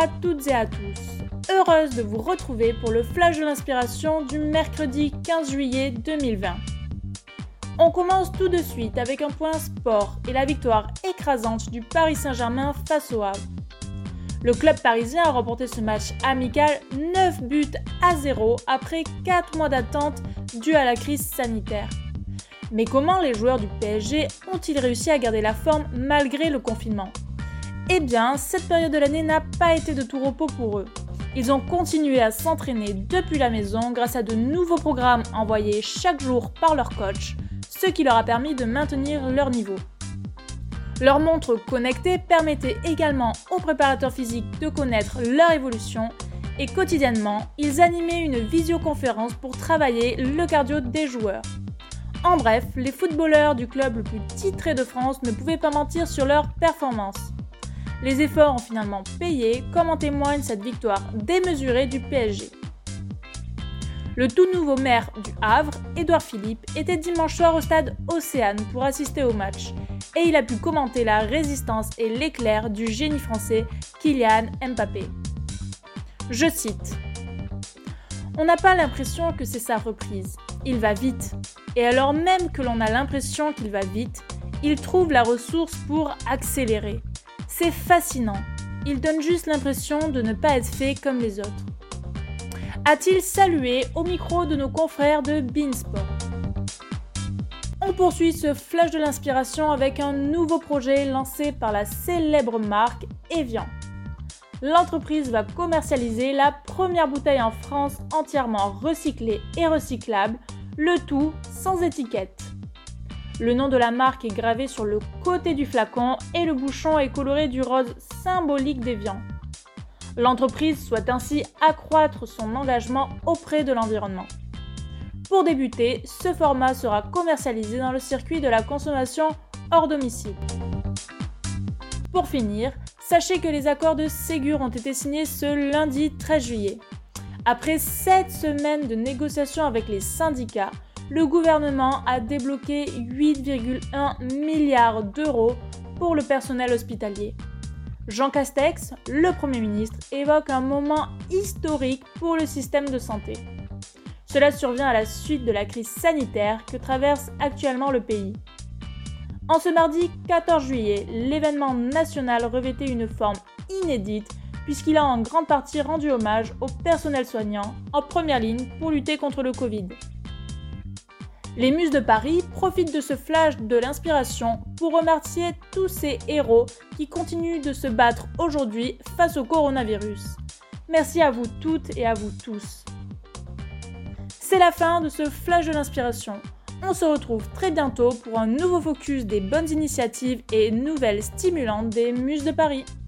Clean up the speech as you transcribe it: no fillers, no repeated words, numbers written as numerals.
à toutes et à tous. Heureuse de vous retrouver pour le flash de l'inspiration du mercredi 15 juillet 2020. On commence tout de suite avec un point sport et la victoire écrasante du Paris Saint-Germain face au Havre. Le club parisien a remporté ce match amical 9-0 après 4 mois d'attente due à la crise sanitaire. Mais comment les joueurs du PSG ont-ils réussi à garder la forme malgré le confinement ? Eh bien, cette période de l'année n'a pas été de tout repos pour eux. Ils ont continué à s'entraîner depuis la maison grâce à de nouveaux programmes envoyés chaque jour par leur coach, ce qui leur a permis de maintenir leur niveau. Leur montre connectée permettait également aux préparateurs physiques de connaître leur évolution et quotidiennement, ils animaient une visioconférence pour travailler le cardio des joueurs. En bref, les footballeurs du club le plus titré de France ne pouvaient pas mentir sur leur performance. Les efforts ont finalement payé, comme en témoigne cette victoire démesurée du PSG. Le tout nouveau maire du Havre, Édouard Philippe, était dimanche soir au stade Océane pour assister au match et il a pu commenter la résistance et l'éclair du génie français Kylian Mbappé. Je cite : « On n'a pas l'impression que c'est sa reprise. Il va vite. Et alors même que l'on a l'impression qu'il va vite, il trouve la ressource pour accélérer. C'est fascinant. Il donne juste l'impression de ne pas être fait comme les autres. » A-t-il salué au micro de nos confrères de Beansport. On poursuit ce flash de l'inspiration avec un nouveau projet lancé par la célèbre marque Evian. L'entreprise va commercialiser la première bouteille en France entièrement recyclée et recyclable, le tout sans étiquette. Le nom de la marque est gravé sur le côté du flacon et le bouchon est coloré du rose symbolique d'Evian. L'entreprise souhaite ainsi accroître son engagement auprès de l'environnement. Pour débuter, ce format sera commercialisé dans le circuit de la consommation hors domicile. Pour finir, sachez que les accords de Ségur ont été signés ce lundi 13 juillet. Après 7 semaines de négociations avec les syndicats, le gouvernement a débloqué 8,1 milliards d'euros pour le personnel hospitalier. Jean Castex, le Premier ministre, évoque un moment historique pour le système de santé. Cela survient à la suite de la crise sanitaire que traverse actuellement le pays. En ce mardi 14 juillet, l'événement national revêtait une forme inédite puisqu'il a en grande partie rendu hommage au personnel soignant en première ligne pour lutter contre le Covid. Les Muses de Paris profitent de ce flash de l'inspiration pour remercier tous ces héros qui continuent de se battre aujourd'hui face au coronavirus. Merci à vous toutes et à vous tous. C'est la fin de ce flash de l'inspiration. On se retrouve très bientôt pour un nouveau focus des bonnes initiatives et nouvelles stimulantes des Muses de Paris.